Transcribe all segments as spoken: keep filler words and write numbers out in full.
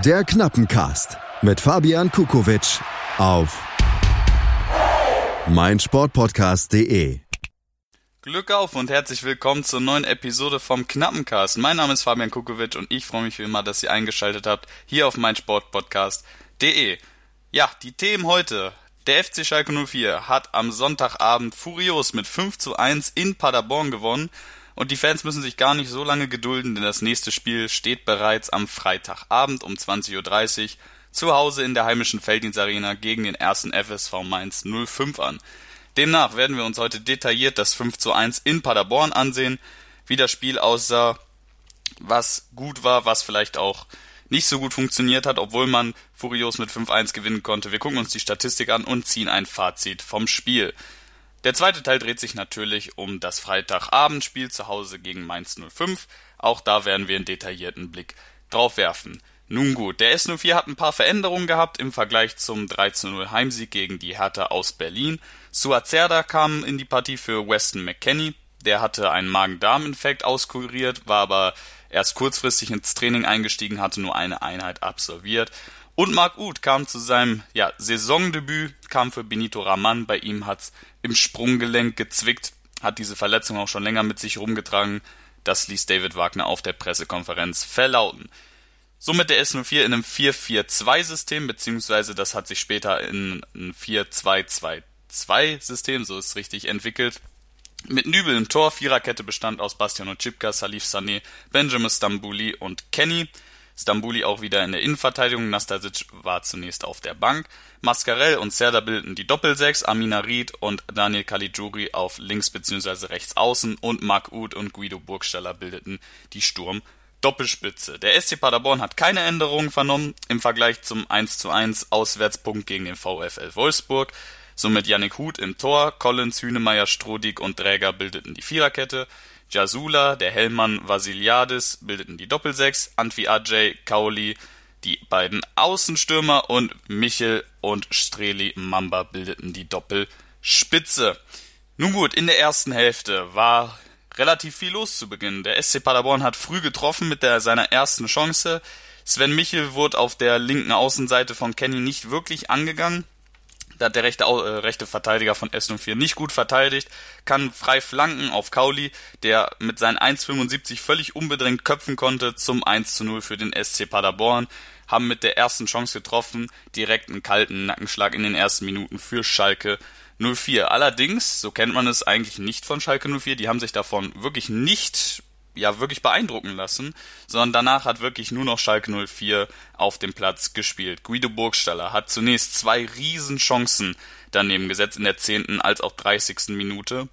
Der Knappencast mit Fabian Kukowitsch auf meinsportpodcast punkt de. Glück auf und herzlich willkommen zur neuen Episode vom Knappencast. Mein Name ist Fabian Kukowitsch und ich freue mich wie immer, dass ihr eingeschaltet habt hier auf meinsportpodcast punkt de. Ja, die Themen heute. Der F C Schalke null vier hat am Sonntagabend furios mit fünf zu eins in Paderborn gewonnen und die Fans müssen sich gar nicht so lange gedulden, denn das nächste Spiel steht bereits am Freitagabend um zwanzig Uhr dreißig zu Hause in der heimischen Felddienst-Arena gegen den ersten F S V Mainz null fünf an. Demnach werden wir uns heute detailliert das fünf zu eins in Paderborn ansehen, wie das Spiel aussah, was gut war, was vielleicht auch nicht so gut funktioniert hat, obwohl man furios mit fünf eins gewinnen konnte. Wir gucken uns die Statistik an und ziehen ein Fazit vom Spiel. Der zweite Teil dreht sich natürlich um das Freitagabendspiel zu Hause gegen Mainz null fünf. Auch da werden wir einen detaillierten Blick drauf werfen. Nun gut, der S null vier hat ein paar Veränderungen gehabt im Vergleich zum drei zu null Heimsieg gegen die Hertha aus Berlin. Suazerda kam in die Partie für Weston McKennie. Der hatte einen Magen-Darm-Infekt auskuriert, war aber erst kurzfristig ins Training eingestiegen, hatte nur eine Einheit absolviert. Und Marc Uth kam zu seinem ja, Saisondebüt, kam für Benito Raman. Bei ihm hat's im Sprunggelenk gezwickt, hat diese Verletzung auch schon länger mit sich rumgetragen. Das ließ David Wagner auf der Pressekonferenz verlauten. Somit der S null vier in einem vier vier zwei System, beziehungsweise das hat sich später in ein vier zwei zwei zwei System, so ist es richtig, entwickelt. Mit Nübel im Tor, Viererkette bestand aus Bastian Oczipka, Salif Sané, Benjamin Stambouli und Kenny. Stambouli auch wieder in der Innenverteidigung, Nastasic war zunächst auf der Bank. Mascarell und Serdar bildeten die Doppelsechs, Amina Ried und Daniel Caligiuri auf links bzw. rechts außen und Marc Uth und Guido Burgstaller bildeten die Sturm-Doppelspitze. Der S C Paderborn hat keine Änderungen vernommen im Vergleich zum eins zu eins Auswärtspunkt gegen den VfL Wolfsburg. Somit Yannick Huth im Tor, Collins, Hünemeyer, Strodig und Dräger bildeten die Viererkette. Jasula, der Hellmann, Vasiliadis bildeten die Doppelsechs, Antwi Ajay, Kauli, die beiden Außenstürmer und Michel und Streli Mamba bildeten die Doppelspitze. Nun gut, in der ersten Hälfte war relativ viel los zu Beginn. Der S C Paderborn hat früh getroffen mit der, seiner ersten Chance. Sven Michel wurde auf der linken Außenseite von Kenny nicht wirklich angegangen. Da hat der rechte, äh, rechte Verteidiger von S null vier nicht gut verteidigt, kann frei flanken auf Kauli, der mit seinen eins fünfundsiebzig völlig unbedrängt köpfen konnte zum eins zu null für den S C Paderborn, haben mit der ersten Chance getroffen, direkt einen kalten Nackenschlag in den ersten Minuten für Schalke null vier. Allerdings, so kennt man es eigentlich nicht von Schalke null vier, die haben sich davon wirklich nicht ja wirklich beeindrucken lassen, sondern danach hat wirklich nur noch Schalke null vier auf dem Platz gespielt. Guido Burgstaller hat zunächst zwei Riesenchancen daneben gesetzt in der zehnten als auch dreißigsten Minute.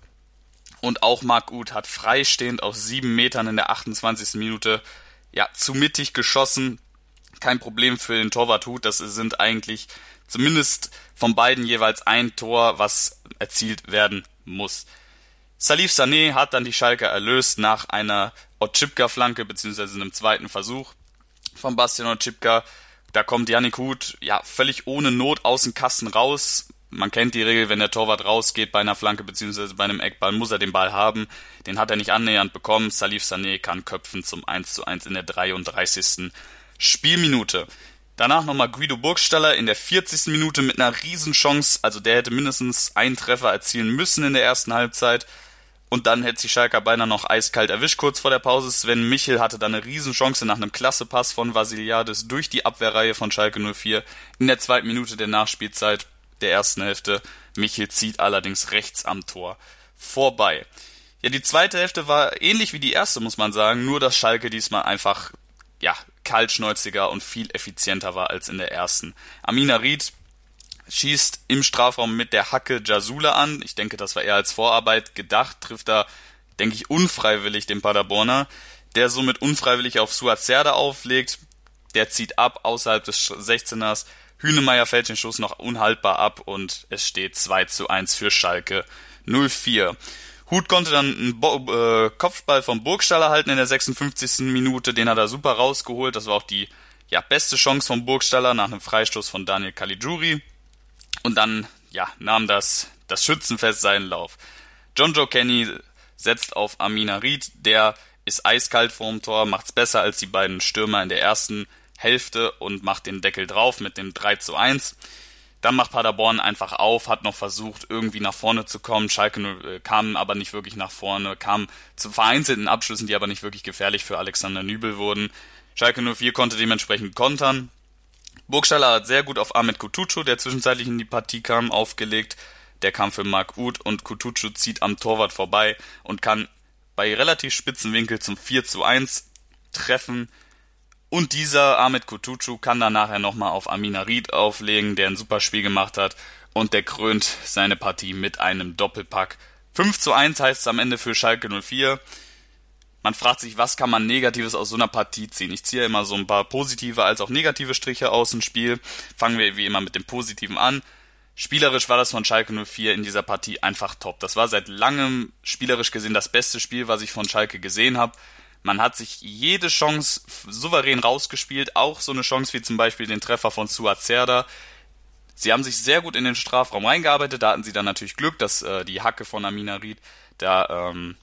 Und auch Marc Uth hat freistehend aus sieben Metern in der achtundzwanzigsten Minute ja zu mittig geschossen. Kein Problem für den Torwart Huth, das sind eigentlich zumindest von beiden jeweils ein Tor, was erzielt werden muss. Salif Sané hat dann die Schalker erlöst nach einer Oczipka-Flanke bzw. einem zweiten Versuch von Bastian Oczipka. Da kommt Yannick Huth ja völlig ohne Not aus dem Kasten raus. Man kennt die Regel, wenn der Torwart rausgeht bei einer Flanke bzw. bei einem Eckball, muss er den Ball haben. Den hat er nicht annähernd bekommen. Salif Sané kann köpfen zum eins zu eins in der dreiunddreißigsten Spielminute. Danach nochmal Guido Burgstaller in der vierzigsten Minute mit einer Riesenchance. Also der hätte mindestens einen Treffer erzielen müssen in der ersten Halbzeit. Und dann hätte sich Schalke beinahe noch eiskalt erwischt kurz vor der Pause. Sven Michel hatte dann eine Riesenchance nach einem Klassepass von Vasiliadis durch die Abwehrreihe von Schalke null vier in der zweiten Minute der Nachspielzeit der ersten Hälfte. Michel zieht allerdings rechts am Tor vorbei. Ja, die zweite Hälfte war ähnlich wie die erste, muss man sagen, nur dass Schalke diesmal einfach ja kaltschnäuziger und viel effizienter war als in der ersten. Amina Ried schießt im Strafraum mit der Hacke Jasula an. Ich denke, das war eher als Vorarbeit gedacht. Trifft da, denke ich, unfreiwillig den Paderborner, der somit unfreiwillig auf Suazerda auflegt. Der zieht ab außerhalb des sechzehners. Hünemeyer fällt den Schuss noch unhaltbar ab und es steht zwei zu eins für Schalke null vier. Huth konnte dann einen Bo- äh, Kopfball vom Burgstaller halten in der sechsundfünfzigsten Minute. Den hat er super rausgeholt. Das war auch die ja, beste Chance vom Burgstaller nach einem Freistoß von Daniel Caligiuri. Und dann ja, nahm das, das Schützenfest seinen Lauf. John Joe Kenny setzt auf Amina Ried, der ist eiskalt vorm Tor, macht's besser als die beiden Stürmer in der ersten Hälfte und macht den Deckel drauf mit dem drei zu eins. Dann macht Paderborn einfach auf, hat noch versucht, irgendwie nach vorne zu kommen. Schalke äh, kam aber nicht wirklich nach vorne, kam zu vereinzelten Abschlüssen, die aber nicht wirklich gefährlich für Alexander Nübel wurden. Schalke null vier konnte dementsprechend kontern. Burgstaller hat sehr gut auf Ahmet Kutucu, der zwischenzeitlich in die Partie kam, aufgelegt. Der kam für Marc Uth und Kutucu zieht am Torwart vorbei und kann bei relativ spitzen Winkel zum vier zu eins treffen. Und dieser Ahmet Kutucu kann dann nachher nochmal auf Amina Ried auflegen, der ein super Spiel gemacht hat. Und der krönt seine Partie mit einem Doppelpack. fünf zu eins heißt es am Ende für Schalke null vier. Man fragt sich, was kann man Negatives aus so einer Partie ziehen? Ich ziehe immer so ein paar positive als auch negative Striche aus dem Spiel. Fangen wir wie immer mit dem Positiven an. Spielerisch war das von Schalke null vier in dieser Partie einfach top. Das war seit langem spielerisch gesehen das beste Spiel, was ich von Schalke gesehen habe. Man hat sich jede Chance souverän rausgespielt, auch so eine Chance wie zum Beispiel den Treffer von Suat Serdar. Sie haben sich sehr gut in den Strafraum reingearbeitet, da hatten sie dann natürlich Glück, dass äh, die Hacke von Amina Ried da ähm,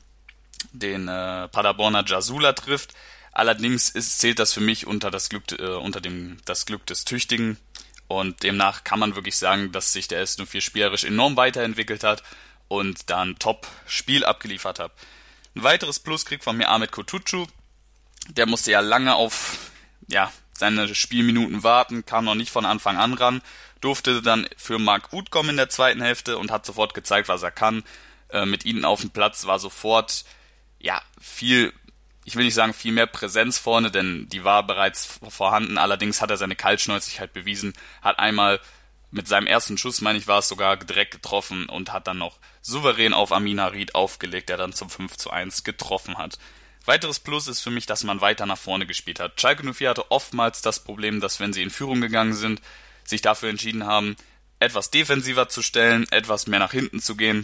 den äh, Paderborner Jasula trifft. Allerdings ist, zählt das für mich unter das Glück, äh, unter dem das Glück des Tüchtigen und demnach kann man wirklich sagen, dass sich der S null vier spielerisch enorm weiterentwickelt hat und da ein Top-Spiel abgeliefert hat. Ein weiteres Plus kriegt von mir Ahmet Kutucu. Der musste ja lange auf ja, seine Spielminuten warten, kam noch nicht von Anfang an ran, durfte dann für Marc Uth kommen in der zweiten Hälfte und hat sofort gezeigt, was er kann. Äh, mit ihnen auf dem Platz war sofort ja viel, ich will nicht sagen viel mehr Präsenz vorne, denn die war bereits vorhanden. Allerdings hat er seine Kaltschnäuzigkeit bewiesen, hat einmal mit seinem ersten Schuss, meine ich, war es sogar direkt getroffen und hat dann noch souverän auf Amina Ried aufgelegt, der dann zum fünf zu eins getroffen hat. Weiteres Plus ist für mich, dass man weiter nach vorne gespielt hat. Schalke null vier hatte oftmals das Problem, dass wenn sie in Führung gegangen sind, sich dafür entschieden haben, etwas defensiver zu stellen, etwas mehr nach hinten zu gehen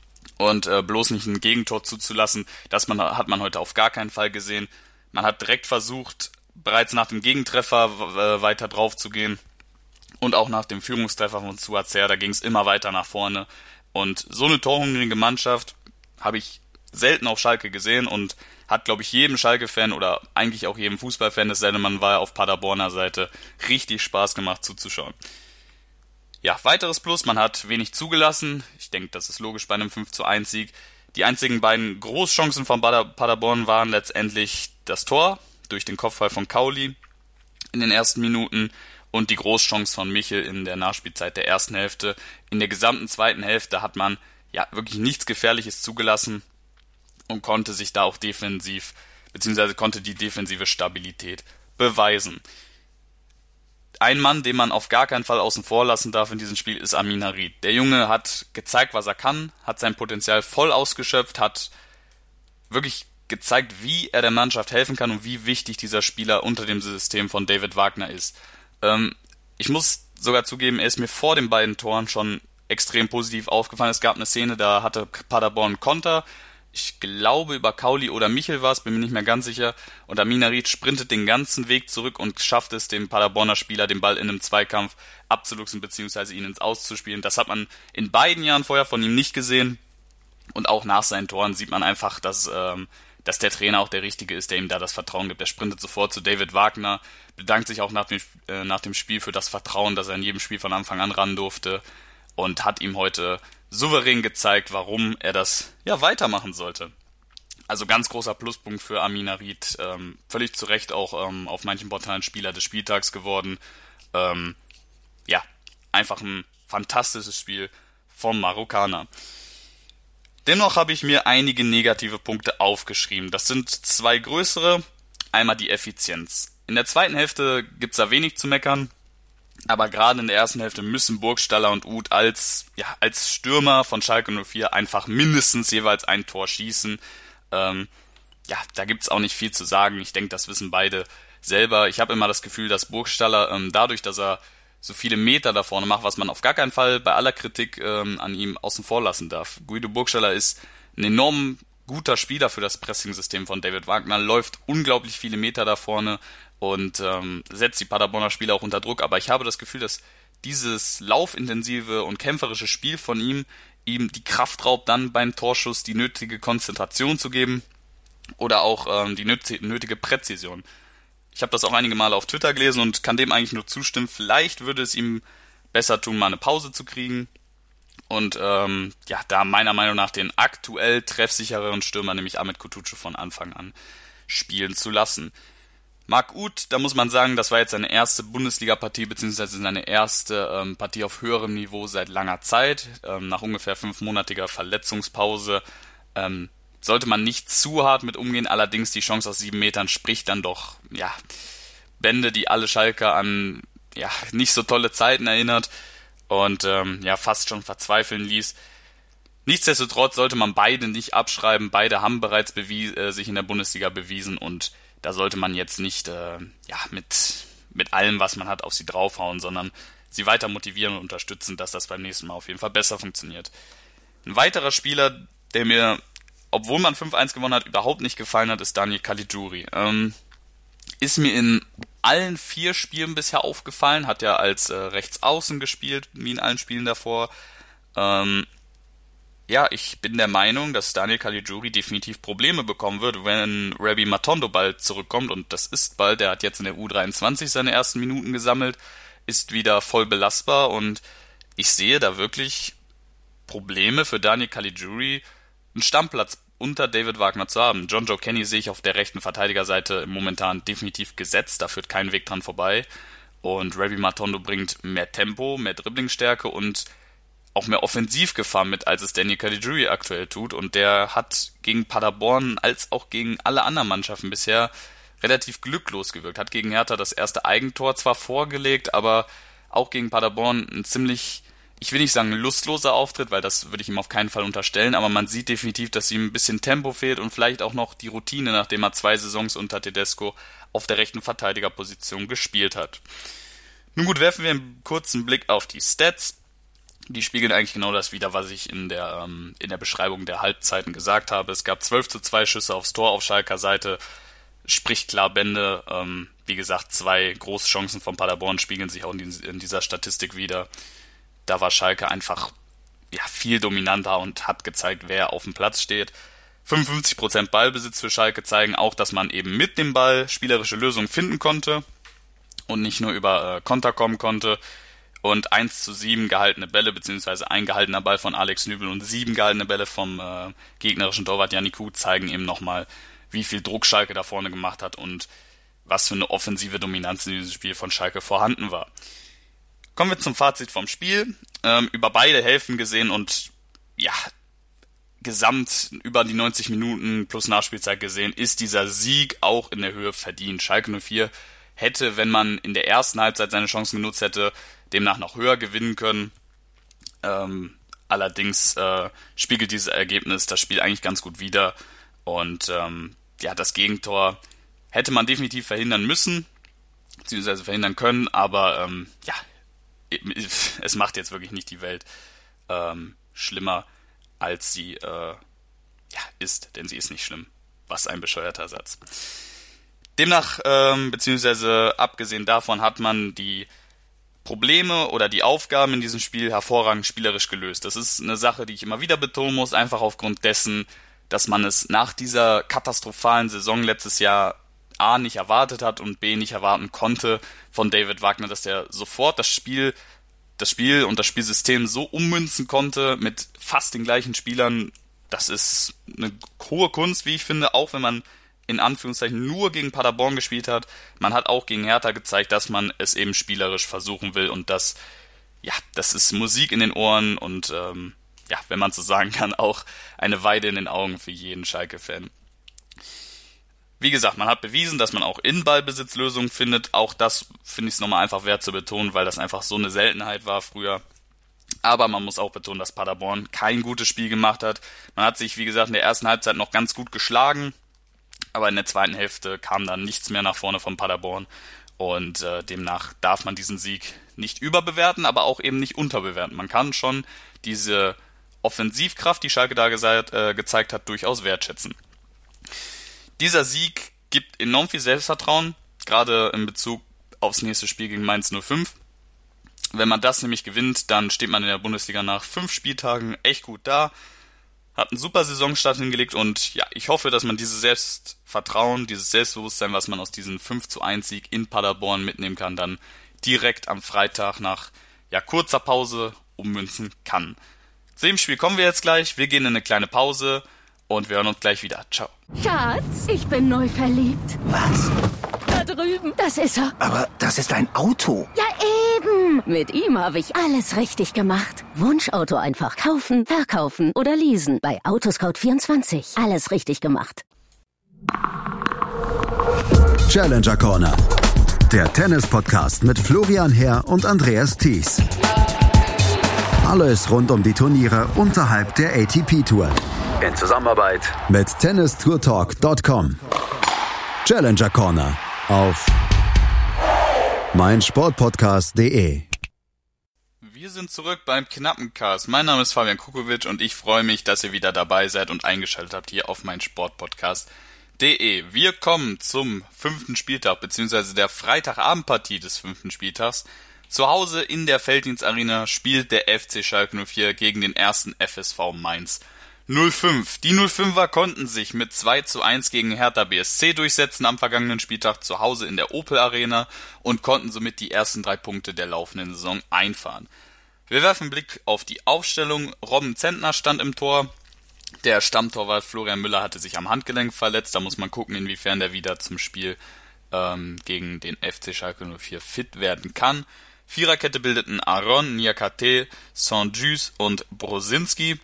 und äh, bloß nicht ein Gegentor zuzulassen. Das man, hat man heute auf gar keinen Fall gesehen. Man hat direkt versucht, bereits nach dem Gegentreffer äh, weiter drauf zu gehen. Und auch nach dem Führungstreffer von Suat Serdar, da ging es immer weiter nach vorne. Und so eine torhungrige Mannschaft habe ich selten auf Schalke gesehen und hat, glaube ich, jedem Schalke-Fan oder eigentlich auch jedem Fußballfan, es sei denn, man war auf Paderborner Seite, richtig Spaß gemacht zuzuschauen. Ja, weiteres Plus, man hat wenig zugelassen. Ich denke, das ist logisch bei einem fünf zu eins Sieg. Die einzigen beiden Großchancen von Paderborn waren letztendlich das Tor durch den Kopfball von Kauli in den ersten Minuten und die Großchance von Michel in der Nachspielzeit der ersten Hälfte. In der gesamten zweiten Hälfte hat man ja wirklich nichts Gefährliches zugelassen und konnte sich da auch defensiv, beziehungsweise konnte die defensive Stabilität beweisen. Ein Mann, den man auf gar keinen Fall außen vor lassen darf in diesem Spiel, ist Amina Ried. Der Junge hat gezeigt, was er kann, hat sein Potenzial voll ausgeschöpft, hat wirklich gezeigt, wie er der Mannschaft helfen kann und wie wichtig dieser Spieler unter dem System von David Wagner ist. Ähm, ich muss sogar zugeben, er ist mir vor den beiden Toren schon extrem positiv aufgefallen. Es gab eine Szene, da hatte Paderborn Konter. Ich glaube, über Kauli oder Michel war es, bin mir nicht mehr ganz sicher. Und Amina Ried sprintet den ganzen Weg zurück und schafft es, dem Paderborner Spieler den Ball in einem Zweikampf abzuluxen bzw. ihn ins Auszuspielen. Das hat man in beiden Jahren vorher von ihm nicht gesehen. Und auch nach seinen Toren sieht man einfach, dass, ähm, dass der Trainer auch der Richtige ist, der ihm da das Vertrauen gibt. Er sprintet sofort zu David Wagner, bedankt sich auch nach dem, äh, nach dem Spiel für das Vertrauen, dass er in jedem Spiel von Anfang an ran durfte und hat ihm heute souverän gezeigt, warum er das ja weitermachen sollte. Also ganz großer Pluspunkt für Amina Ried, ähm, völlig zu Recht auch ähm, auf manchen Portalen Spieler des Spieltags geworden. Ähm, ja, einfach ein fantastisches Spiel vom Marokkaner. Dennoch habe ich mir einige negative Punkte aufgeschrieben. Das sind zwei größere. Einmal die Effizienz. In der zweiten Hälfte gibt's da wenig zu meckern, aber gerade in der ersten Hälfte müssen Burgstaller und Uth als ja als Stürmer von Schalke null vier einfach mindestens jeweils ein Tor schießen. Ähm, ja, da gibt's auch nicht viel zu sagen. Ich denke, das wissen beide selber. Ich habe immer das Gefühl, dass Burgstaller ähm, dadurch, dass er so viele Meter da vorne macht, was man auf gar keinen Fall bei aller Kritik ähm, an ihm außen vor lassen darf. Guido Burgstaller ist ein enorm guter Spieler für das Pressing-System von David Wagner, läuft unglaublich viele Meter da vorne und ähm, setzt die Paderborner Spieler auch unter Druck. Aber ich habe das Gefühl, dass dieses laufintensive und kämpferische Spiel von ihm ihm die Kraft raubt, dann beim Torschuss die nötige Konzentration zu geben oder auch ähm, die nötige Präzision. Ich habe das auch einige Male auf Twitter gelesen und kann dem eigentlich nur zustimmen. Vielleicht würde es ihm besser tun, mal eine Pause zu kriegen und ähm, ja, da meiner Meinung nach den aktuell treffsichereren Stürmer, nämlich Ahmed Kutucu, von Anfang an spielen zu lassen. Marc Uth, da muss man sagen, das war jetzt seine erste Bundesliga-Partie, beziehungsweise seine erste ähm, Partie auf höherem Niveau seit langer Zeit, ähm, nach ungefähr fünfmonatiger Verletzungspause. Ähm, sollte man nicht zu hart mit umgehen, allerdings die Chance aus sieben Metern spricht dann doch, ja, Bände, die alle Schalker an, ja, nicht so tolle Zeiten erinnert und, ähm, ja, fast schon verzweifeln ließ. Nichtsdestotrotz sollte man beide nicht abschreiben, beide haben bereits bewies- äh, sich in der Bundesliga bewiesen und da sollte man jetzt nicht äh, ja, mit, mit allem, was man hat, auf sie draufhauen, sondern sie weiter motivieren und unterstützen, dass das beim nächsten Mal auf jeden Fall besser funktioniert. Ein weiterer Spieler, der mir, obwohl man fünf eins gewonnen hat, überhaupt nicht gefallen hat, ist Daniel Caligiuri. Ähm, ist mir in allen vier Spielen bisher aufgefallen, hat ja als äh, Rechtsaußen gespielt, wie in allen Spielen davor. Ähm, Ja, ich bin der Meinung, dass Daniel Caligiuri definitiv Probleme bekommen wird, wenn Rabbi Matondo bald zurückkommt. Und das ist bald, der hat jetzt in der U dreiundzwanzig seine ersten Minuten gesammelt, ist wieder voll belastbar. Und ich sehe da wirklich Probleme für Daniel Caligiuri, einen Stammplatz unter David Wagner zu haben. John Joe Kenny sehe ich auf der rechten Verteidigerseite momentan definitiv gesetzt, da führt kein Weg dran vorbei. Und Rabbi Matondo bringt mehr Tempo, mehr Dribblingstärke und auch mehr Offensivgefahr mit, als es Daniel Caligiuri aktuell tut. Und der hat gegen Paderborn als auch gegen alle anderen Mannschaften bisher relativ glücklos gewirkt. Hat gegen Hertha das erste Eigentor zwar vorgelegt, aber auch gegen Paderborn ein ziemlich, ich will nicht sagen lustloser Auftritt, weil das würde ich ihm auf keinen Fall unterstellen, aber man sieht definitiv, dass ihm ein bisschen Tempo fehlt und vielleicht auch noch die Routine, nachdem er zwei Saisons unter Tedesco auf der rechten Verteidigerposition gespielt hat. Nun gut, werfen wir einen kurzen Blick auf die Stats. Die spiegeln eigentlich genau das wider, was ich in der ähm, in der Beschreibung der Halbzeiten gesagt habe. Es gab zwölf zu zwei Schüsse aufs Tor auf Schalker Seite, spricht klar Bände. Ähm, wie gesagt, zwei große Chancen von Paderborn spiegeln sich auch in, die, in dieser Statistik wider. Da war Schalke einfach ja, viel dominanter und hat gezeigt, wer auf dem Platz steht. fünfundfünfzig Prozent Ballbesitz für Schalke zeigen auch, dass man eben mit dem Ball spielerische Lösungen finden konnte und nicht nur über äh, Konter kommen konnte. Und eins zu sieben gehaltene Bälle, beziehungsweise ein gehaltener Ball von Alex Nübel und sieben gehaltene Bälle vom äh, gegnerischen Torwart Yannick Huth zeigen eben nochmal, wie viel Druck Schalke da vorne gemacht hat und was für eine offensive Dominanz in diesem Spiel von Schalke vorhanden war. Kommen wir zum Fazit vom Spiel. Ähm, über beide Hälften gesehen und ja, gesamt über die neunzig Minuten plus Nachspielzeit gesehen, ist dieser Sieg auch in der Höhe verdient. Schalke null vier hätte, wenn man in der ersten Halbzeit seine Chancen genutzt hätte, demnach noch höher gewinnen können. Ähm, allerdings äh, spiegelt dieses Ergebnis das Spiel eigentlich ganz gut wider. Und ähm, ja, das Gegentor hätte man definitiv verhindern müssen, beziehungsweise verhindern können, aber ähm, ja, es macht jetzt wirklich nicht die Welt ähm, schlimmer, als sie äh, ja, ist, denn sie ist nicht schlimm. Was ein bescheuerter Satz. Demnach, ähm, beziehungsweise abgesehen davon, hat man die Probleme oder die Aufgaben in diesem Spiel hervorragend spielerisch gelöst. Das ist eine Sache, die ich immer wieder betonen muss, einfach aufgrund dessen, dass man es nach dieser katastrophalen Saison letztes Jahr A nicht erwartet hat und B nicht erwarten konnte von David Wagner, dass er sofort das Spiel, das Spiel und das Spielsystem so ummünzen konnte mit fast den gleichen Spielern. Das ist eine hohe Kunst, wie ich finde, auch wenn man in Anführungszeichen nur gegen Paderborn gespielt hat. Man hat auch gegen Hertha gezeigt, dass man es eben spielerisch versuchen will und das, ja, das ist Musik in den Ohren und ähm, ja, wenn man so sagen kann, auch eine Weide in den Augen für jeden Schalke-Fan. Wie gesagt, man hat bewiesen, dass man auch in Ballbesitz Lösungen findet. Auch das finde ich es nochmal einfach wert zu betonen, weil das einfach so eine Seltenheit war früher. Aber man muss auch betonen, dass Paderborn kein gutes Spiel gemacht hat. Man hat sich, wie gesagt, in der ersten Halbzeit noch ganz gut geschlagen. Aber in der zweiten Hälfte kam dann nichts mehr nach vorne von Paderborn und äh, demnach darf man diesen Sieg nicht überbewerten, aber auch eben nicht unterbewerten. Man kann schon diese Offensivkraft, die Schalke da gesagt, äh, gezeigt hat, durchaus wertschätzen. Dieser Sieg gibt enorm viel Selbstvertrauen, gerade in Bezug aufs nächste Spiel gegen Mainz null fünf. Wenn man das nämlich gewinnt, dann steht man in der Bundesliga nach fünf Spieltagen echt gut da. hat einen super Saisonstart hingelegt und ja, ich hoffe, dass man dieses Selbstvertrauen, dieses Selbstbewusstsein, was man aus diesem fünf zu eins Sieg in Paderborn mitnehmen kann, dann direkt am Freitag nach ja, kurzer Pause ummünzen kann. Zu dem Spiel kommen wir jetzt gleich. Wir gehen in eine kleine Pause und wir hören uns gleich wieder. Ciao. Schatz, ich bin neu verliebt. Was? Da drüben. Das ist er. Aber das ist ein Auto. Ja, eben. Mit ihm habe ich alles richtig gemacht. Wunschauto einfach kaufen, verkaufen oder leasen. Bei Autoscout vierundzwanzig. Alles richtig gemacht. Challenger Corner. Der Tennis-Podcast mit Florian Herr und Andreas Thies. Alles rund um die Turniere unterhalb der A T P-Tour. In Zusammenarbeit mit tennis tour talk punkt com. Challenger Corner auf meinsportpodcast punkt de. Wir sind zurück beim Knappencast. Mein Name ist Fabian Kukovic und ich freue mich, dass ihr wieder dabei seid und eingeschaltet habt hier auf meinsportpodcast punkt de. Wir kommen zum fünften Spieltag, beziehungsweise der Freitagabendpartie des fünften Spieltags. Zu Hause in der Felddienstarena spielt der F C Schalke null vier gegen den ersten F S V Mainz null fünf. Die null fünfer konnten sich mit zwei zu eins gegen Hertha B S C durchsetzen am vergangenen Spieltag zu Hause in der Opel Arena und konnten somit die ersten drei Punkte der laufenden Saison einfahren. Wir werfen einen Blick auf die Aufstellung. Robin Zentner stand im Tor. Der Stammtorwart Florian Müller hatte sich am Handgelenk verletzt. Da muss man gucken, inwiefern der wieder zum Spiel ähm, gegen den F C Schalke null vier fit werden kann. Viererkette bildeten Aron, Niakate, Saint-Just und Brosinski.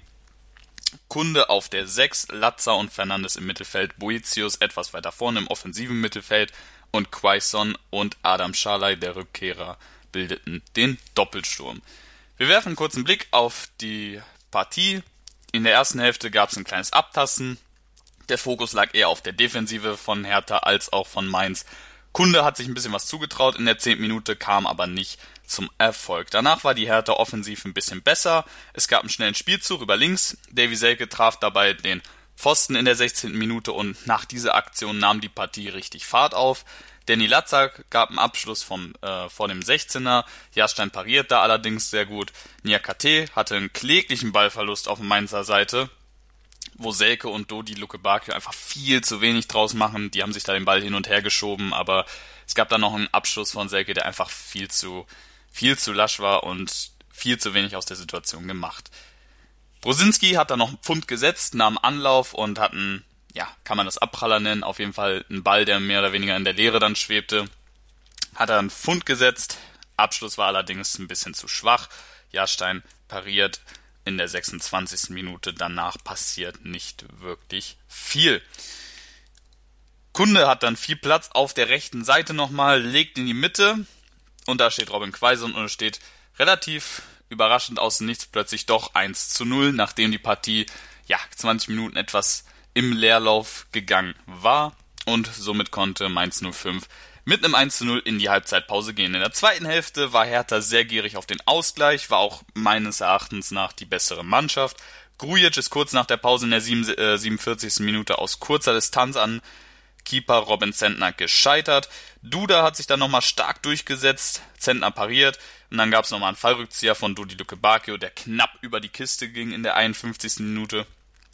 Kunde auf der sechs, Latza und Fernandes im Mittelfeld, Boetius etwas weiter vorne im offensiven Mittelfeld und Quaison und Adam Schalay, der Rückkehrer, bildeten den Doppelsturm. Wir werfen einen kurzen Blick auf die Partie. In der ersten Hälfte gab es ein kleines Abtasten. Der Fokus lag eher auf der Defensive von Hertha als auch von Mainz. Kunde hat sich ein bisschen was zugetraut in der zehnten Minute, kam aber nicht zum Erfolg. Danach war die Hertha offensiv ein bisschen besser. Es gab einen schnellen Spielzug über links. Davy Selke traf dabei den Pfosten in der sechzehnten Minute und nach dieser Aktion nahm die Partie richtig Fahrt auf. Danny Latza gab einen Abschluss vom, äh, vor dem sechzehner. Jahrstein pariert da allerdings sehr gut. Niakate hatte einen kläglichen Ballverlust auf Mainzer Seite, wo Selke und Dodi Lukebakio einfach viel zu wenig draus machen. Die haben sich da den Ball hin und her geschoben, aber es gab dann noch einen Abschluss von Selke, der einfach viel zu, viel zu lasch war und viel zu wenig aus der Situation gemacht. Brosinski hat da noch einen Pfund gesetzt, nahm Anlauf und hat einen, ja, kann man das Abpraller nennen, auf jeden Fall einen Ball, der mehr oder weniger in der Leere dann schwebte. Hat er einen Pfund gesetzt, Abschluss war allerdings ein bisschen zu schwach. Jahrstein pariert in der sechsundzwanzigsten Minute, danach passiert nicht wirklich viel. Kunde hat dann viel Platz auf der rechten Seite nochmal, legt in die Mitte und da steht Robin Quaison und es steht relativ überraschend aus dem Nichts plötzlich doch eins zu null, nachdem die Partie ja zwanzig Minuten etwas im Leerlauf gegangen war und somit konnte Mainz null fünf mit einem eins zu null in die Halbzeitpause gehen. In der zweiten Hälfte war Hertha sehr gierig auf den Ausgleich, war auch meines Erachtens nach die bessere Mannschaft. Grujic ist kurz nach der Pause in der siebenundvierzigsten Minute aus kurzer Distanz an Keeper Robin Zentner gescheitert. Duda hat sich dann nochmal stark durchgesetzt, Zentner pariert und dann gab es nochmal einen Fallrückzieher von Dodi Lukebakio, der knapp über die Kiste ging in der einundfünfzigsten Minute.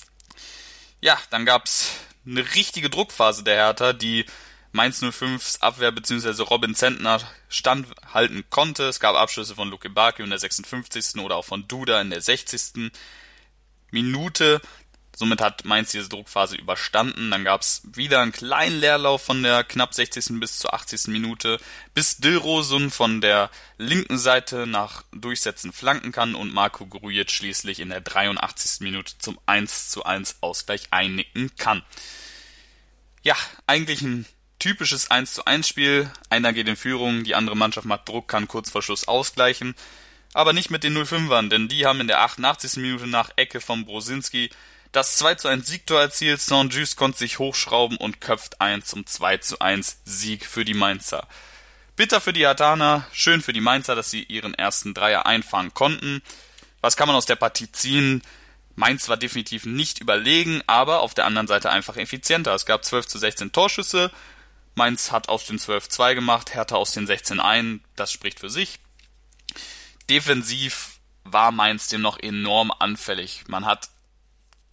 Ja, dann gab es eine richtige Druckphase der Hertha, die Mainz null fünfs Abwehr bzw. Robin Zentner standhalten konnte. Es gab Abschlüsse von Lukebakio in der sechsundfünfzigsten oder auch von Duda in der sechzigsten Minute. Somit hat Mainz diese Druckphase überstanden. Dann gab es wieder einen kleinen Leerlauf von der knapp sechzigsten bis zur achtzigsten Minute, bis Dilrosun von der linken Seite nach Durchsetzen flanken kann und Marco Grujic schließlich in der dreiundachtzigsten Minute zum eins zu eins Ausgleich einnicken kann. Ja, eigentlich ein typisches eins zu eins Spiel. Einer geht in Führung, die andere Mannschaft macht Druck, kann kurz vor Schluss ausgleichen. Aber nicht mit den null fünfern, denn die haben in der achtundachtzigsten Minute nach Ecke von Brosinski das zwei zu eins Siegtor erzielt. Saint-Just konnte sich hochschrauben und köpft ein zum zwei zu eins Sieg für die Mainzer. Bitter für die Herthaner, schön für die Mainzer, dass sie ihren ersten Dreier einfahren konnten. Was kann man aus der Partie ziehen? Mainz war definitiv nicht überlegen, aber auf der anderen Seite einfach effizienter. Es gab zwölf zu sechzehn Torschüsse. Mainz hat aus den zwölf zwei gemacht, Hertha aus den sechzehn ein. Das spricht für sich. Defensiv war Mainz dem noch enorm anfällig. Man hat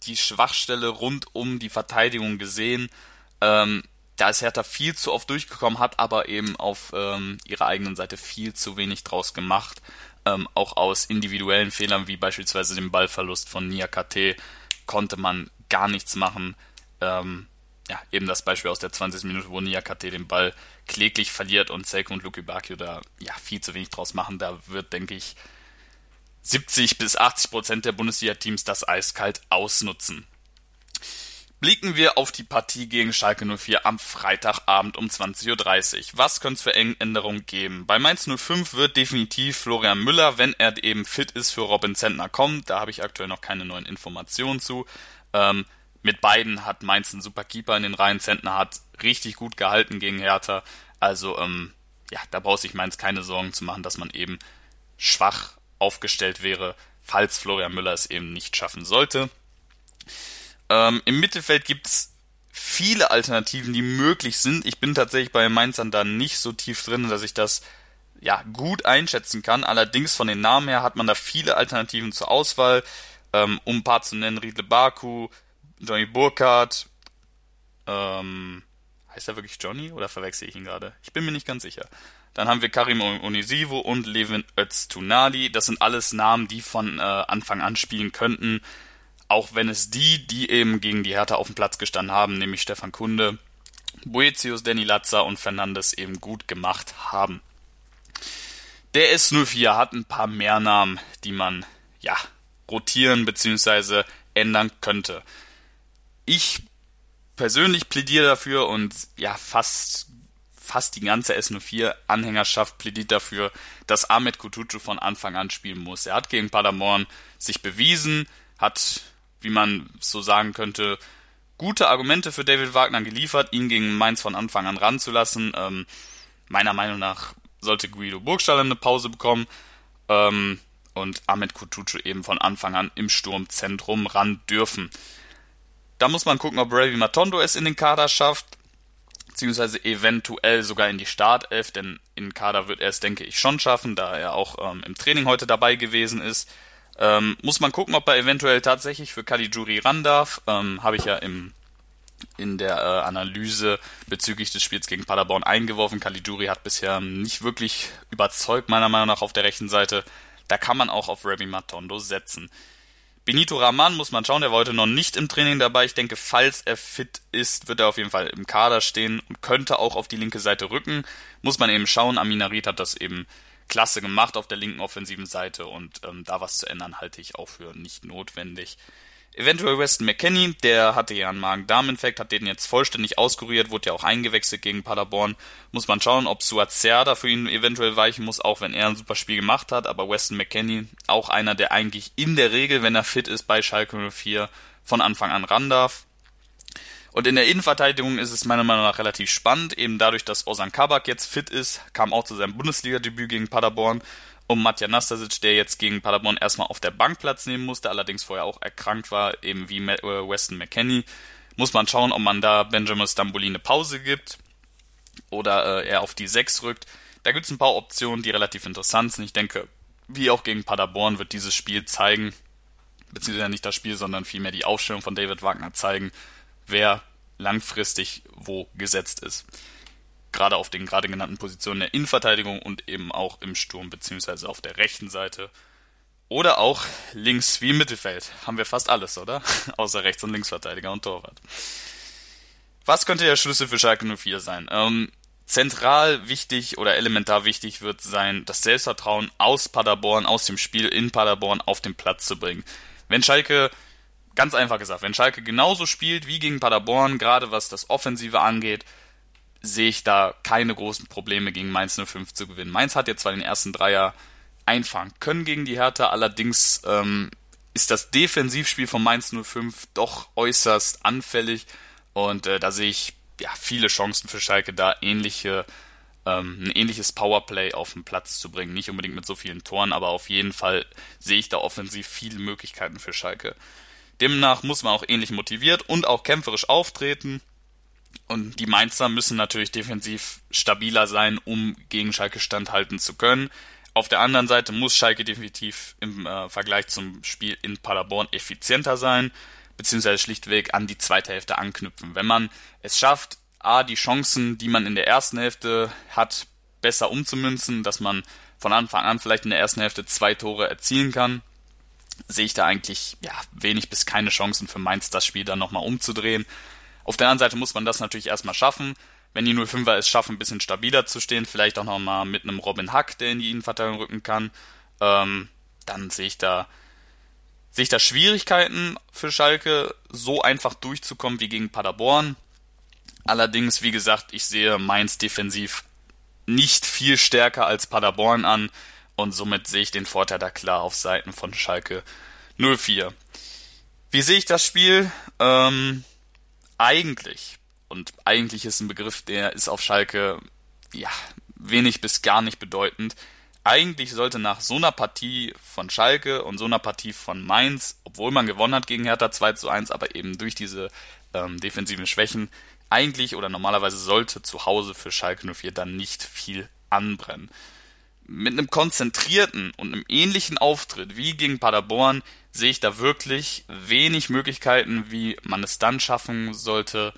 die Schwachstelle rund um die Verteidigung gesehen. Ähm, da ist Hertha viel zu oft durchgekommen, hat aber eben auf ähm, ihrer eigenen Seite viel zu wenig draus gemacht. Ähm, auch aus individuellen Fehlern, wie beispielsweise dem Ballverlust von Niakate, konnte man gar nichts machen. Ähm, ja, eben das Beispiel aus der zwanzigsten Minute, wo Niakate den Ball kläglich verliert und Selke und Luke Bacchio da ja viel zu wenig draus machen. Da wird, denke ich, siebzig bis achtzig Prozent der Bundesliga-Teams das eiskalt ausnutzen. Blicken wir auf die Partie gegen Schalke null vier am Freitagabend um zwanzig Uhr dreißig. Was könnte es für Änderungen geben? Bei Mainz null fünf wird definitiv Florian Müller, wenn er eben fit ist, für Robin Zentner kommen. Da habe ich aktuell noch keine neuen Informationen zu. Ähm, mit beiden hat Mainz einen super Keeper in den Reihen. Zentner hat richtig gut gehalten gegen Hertha. Also ähm, ja, da braucht sich Mainz keine Sorgen zu machen, dass man eben schwach aufgestellt wäre, falls Florian Müller es eben nicht schaffen sollte. Ähm, Im Mittelfeld gibt's viele Alternativen, die möglich sind. Ich bin tatsächlich bei Mainzern da nicht so tief drin, dass ich das ja gut einschätzen kann. Allerdings von den Namen her hat man da viele Alternativen zur Auswahl. Ähm, um ein paar zu nennen, Riedle Baku, Johnny Burkhardt. Ähm, heißt er wirklich Johnny oder verwechsel ich ihn gerade? Ich bin mir nicht ganz sicher. Dann haben wir Karim Onisivo und Levin Öztunali. Das sind alles Namen, die von äh, Anfang an spielen könnten. Auch wenn es die, die eben gegen die Hertha auf dem Platz gestanden haben, nämlich Stefan Kunde, Boetius, Danny Latza und Fernandes eben gut gemacht haben. Der S null vier hat ein paar mehr Namen, die man ja rotieren bzw. ändern könnte. Ich persönlich plädiere dafür und ja fast fast die ganze S null vier Anhängerschaft plädiert dafür, dass Ahmed Kutucu von Anfang an spielen muss. Er hat gegen Paderborn sich bewiesen, hat, wie man so sagen könnte, gute Argumente für David Wagner geliefert, ihn gegen Mainz von Anfang an ranzulassen. Ähm, meiner Meinung nach sollte Guido Burgstaller eine Pause bekommen ähm, und Ahmed Kutucu eben von Anfang an im Sturmzentrum ran dürfen. Da muss man gucken, ob Remy Matondo es in den Kader schafft, beziehungsweise eventuell sogar in die Startelf, denn in den Kader wird er es, denke ich, schon schaffen, da er auch ähm, im Training heute dabei gewesen ist. Ähm, muss man gucken, ob er eventuell tatsächlich für Caligiuri ran darf. Ähm, habe ich ja im, in der äh, Analyse bezüglich des Spiels gegen Paderborn eingeworfen. Caligiuri hat bisher nicht wirklich überzeugt, meiner Meinung nach, auf der rechten Seite. Da kann man auch auf Remy Matondo setzen. Benito Rahman muss man schauen, der war heute noch nicht im Training dabei. Ich denke, falls er fit ist, wird er auf jeden Fall im Kader stehen und könnte auch auf die linke Seite rücken. Muss man eben schauen. Amin Harit hat das eben klasse gemacht auf der linken offensiven Seite und ähm, da was zu ändern halte ich auch für nicht notwendig. Eventuell Weston McKennie, der hatte ja einen Magen-Darm-Infekt, hat den jetzt vollständig auskuriert, wurde ja auch eingewechselt gegen Paderborn. Muss man schauen, ob Suazerda für ihn eventuell weichen muss, auch wenn er ein super Spiel gemacht hat, aber Weston McKennie, auch einer, der eigentlich in der Regel, wenn er fit ist, bei Schalke null vier von Anfang an ran darf. Und in der Innenverteidigung ist es meiner Meinung nach relativ spannend, eben dadurch, dass Ozan Kabak jetzt fit ist, kam auch zu seinem Bundesliga-Debüt gegen Paderborn, um Matja Nastasic, der jetzt gegen Paderborn erstmal auf der Bank Platz nehmen musste, allerdings vorher auch erkrankt war, eben wie Weston McKennie. Muss man schauen, ob man da Benjamin Stambouli eine Pause gibt oder äh, er auf die sechs rückt. Da gibt es ein paar Optionen, die relativ interessant sind. Ich denke, wie auch gegen Paderborn wird dieses Spiel zeigen, beziehungsweise nicht das Spiel, sondern vielmehr die Aufstellung von David Wagner zeigen, wer langfristig wo gesetzt ist. Gerade auf den gerade genannten Positionen der Innenverteidigung und eben auch im Sturm beziehungsweise auf der rechten Seite. Oder auch links wie im Mittelfeld. Haben wir fast alles, oder? Außer Rechts- und Linksverteidiger und Torwart. Was könnte der Schlüssel für Schalke null vier sein? Ähm, zentral wichtig oder elementar wichtig wird sein, das Selbstvertrauen aus Paderborn, aus dem Spiel in Paderborn auf den Platz zu bringen. Wenn Schalke Ganz einfach gesagt, wenn Schalke genauso spielt wie gegen Paderborn, gerade was das Offensive angeht, sehe ich da keine großen Probleme gegen Mainz null fünf zu gewinnen. Mainz hat jetzt zwar den ersten Dreier einfahren können gegen die Hertha, allerdings ähm, ist das Defensivspiel von Mainz null fünf doch äußerst anfällig und äh, da sehe ich ja viele Chancen für Schalke, da ähnliche ähm, ein ähnliches Powerplay auf den Platz zu bringen. Nicht unbedingt mit so vielen Toren, aber auf jeden Fall sehe ich da offensiv viele Möglichkeiten für Schalke. Demnach muss man auch ähnlich motiviert und auch kämpferisch auftreten. Und die Mainzer müssen natürlich defensiv stabiler sein, um gegen Schalke standhalten zu können. Auf der anderen Seite muss Schalke definitiv im äh, Vergleich zum Spiel in Paderborn effizienter sein. beziehungsweise schlichtweg an die zweite Hälfte anknüpfen. Wenn man es schafft, A, die Chancen, die man in der ersten Hälfte hat, besser umzumünzen, dass man von Anfang an vielleicht in der ersten Hälfte zwei Tore erzielen kann, sehe ich da eigentlich ja wenig bis keine Chancen für Mainz, das Spiel dann nochmal umzudrehen. Auf der anderen Seite muss man das natürlich erstmal schaffen. Wenn die null fünfer es schaffen, ein bisschen stabiler zu stehen, vielleicht auch nochmal mit einem Robin Hack, der in die Innenverteidigung rücken kann, ähm, dann sehe ich da sehe ich da Schwierigkeiten für Schalke, so einfach durchzukommen wie gegen Paderborn. Allerdings, wie gesagt, ich sehe Mainz defensiv nicht viel stärker als Paderborn an und somit sehe ich den Vorteil da klar auf Seiten von Schalke null vier. Wie sehe ich das Spiel? Ähm, eigentlich, und eigentlich ist ein Begriff, der ist auf Schalke ja wenig bis gar nicht bedeutend. Eigentlich sollte nach so einer Partie von Schalke und so einer Partie von Mainz, obwohl man gewonnen hat gegen Hertha zwei zu eins, aber eben durch diese ähm, defensiven Schwächen, eigentlich oder normalerweise sollte zu Hause für Schalke null vier dann nicht viel anbrennen. Mit einem konzentrierten und einem ähnlichen Auftritt wie gegen Paderborn sehe ich da wirklich wenig Möglichkeiten, wie man es dann schaffen sollte,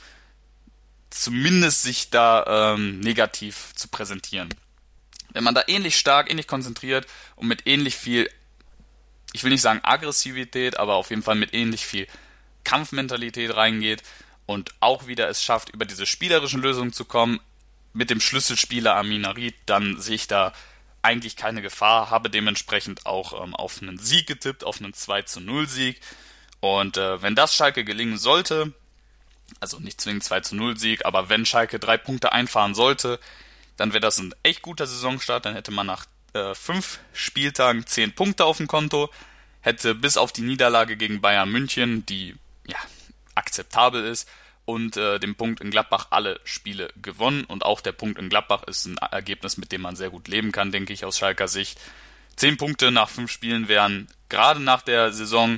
zumindest sich da ähm, negativ zu präsentieren. Wenn man da ähnlich stark, ähnlich konzentriert und mit ähnlich viel, ich will nicht sagen Aggressivität, aber auf jeden Fall mit ähnlich viel Kampfmentalität reingeht und auch wieder es schafft, über diese spielerischen Lösungen zu kommen, mit dem Schlüsselspieler Amin Harit, dann sehe ich da eigentlich keine Gefahr, habe dementsprechend auch ähm, auf einen Sieg getippt, auf einen zwei zu null Sieg. Und äh, wenn das Schalke gelingen sollte, also nicht zwingend zwei zu null Sieg, aber wenn Schalke drei Punkte einfahren sollte, dann wäre das ein echt guter Saisonstart, dann hätte man nach äh, fünf Spieltagen zehn Punkte auf dem Konto, hätte bis auf die Niederlage gegen Bayern München, die ja akzeptabel ist, und äh, den Punkt in Gladbach alle Spiele gewonnen. Und auch der Punkt in Gladbach ist ein Ergebnis, mit dem man sehr gut leben kann, denke ich, aus Schalker Sicht. Zehn Punkte nach fünf Spielen wären gerade nach der Saison,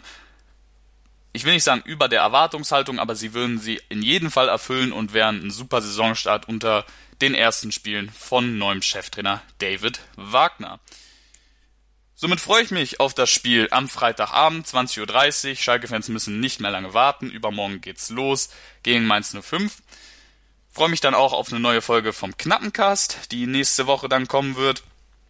ich will nicht sagen über der Erwartungshaltung, aber sie würden sie in jedem Fall erfüllen und wären ein super Saisonstart unter den ersten Spielen von neuem Cheftrainer David Wagner. Somit freue ich mich auf das Spiel am Freitagabend, zwanzig Uhr dreißig. Schalke-Fans müssen nicht mehr lange warten. Übermorgen geht's los gegen Mainz null fünf. Freue mich dann auch auf eine neue Folge vom Knappencast, die nächste Woche dann kommen wird.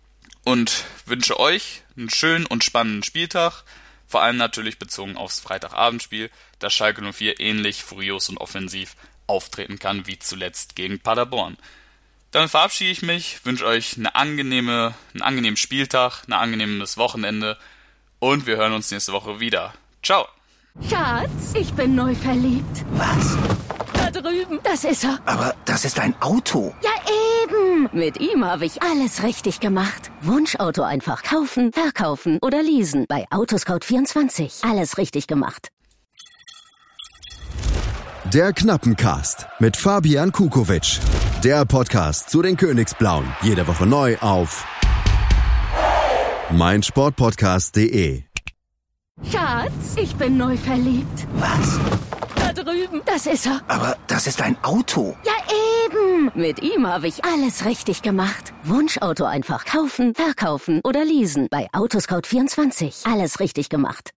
Und wünsche euch einen schönen und spannenden Spieltag. Vor allem natürlich bezogen aufs Freitagabendspiel, dass Schalke null vier ähnlich furios und offensiv auftreten kann wie zuletzt gegen Paderborn. Dann verabschiede ich mich, wünsche euch eine angenehme, einen angenehmen Spieltag, ein angenehmes Wochenende und wir hören uns nächste Woche wieder. Ciao! Schatz, ich bin neu verliebt. Was? Da drüben. Das ist er. Aber das ist ein Auto. Ja, eben. Mit ihm habe ich alles richtig gemacht. Wunschauto einfach kaufen, verkaufen oder leasen. Bei Autoscout vierundzwanzig. Alles richtig gemacht. Der Knappencast mit Fabian Kukovic. Der Podcast zu den Königsblauen. Jede Woche neu auf meinsportpodcast punkt de. Schatz, ich bin neu verliebt. Was? Da drüben. Das ist er. Aber das ist ein Auto. Ja, eben. Mit ihm habe ich alles richtig gemacht. Wunschauto einfach kaufen, verkaufen oder leasen. Bei Autoscout vierundzwanzig. Alles richtig gemacht.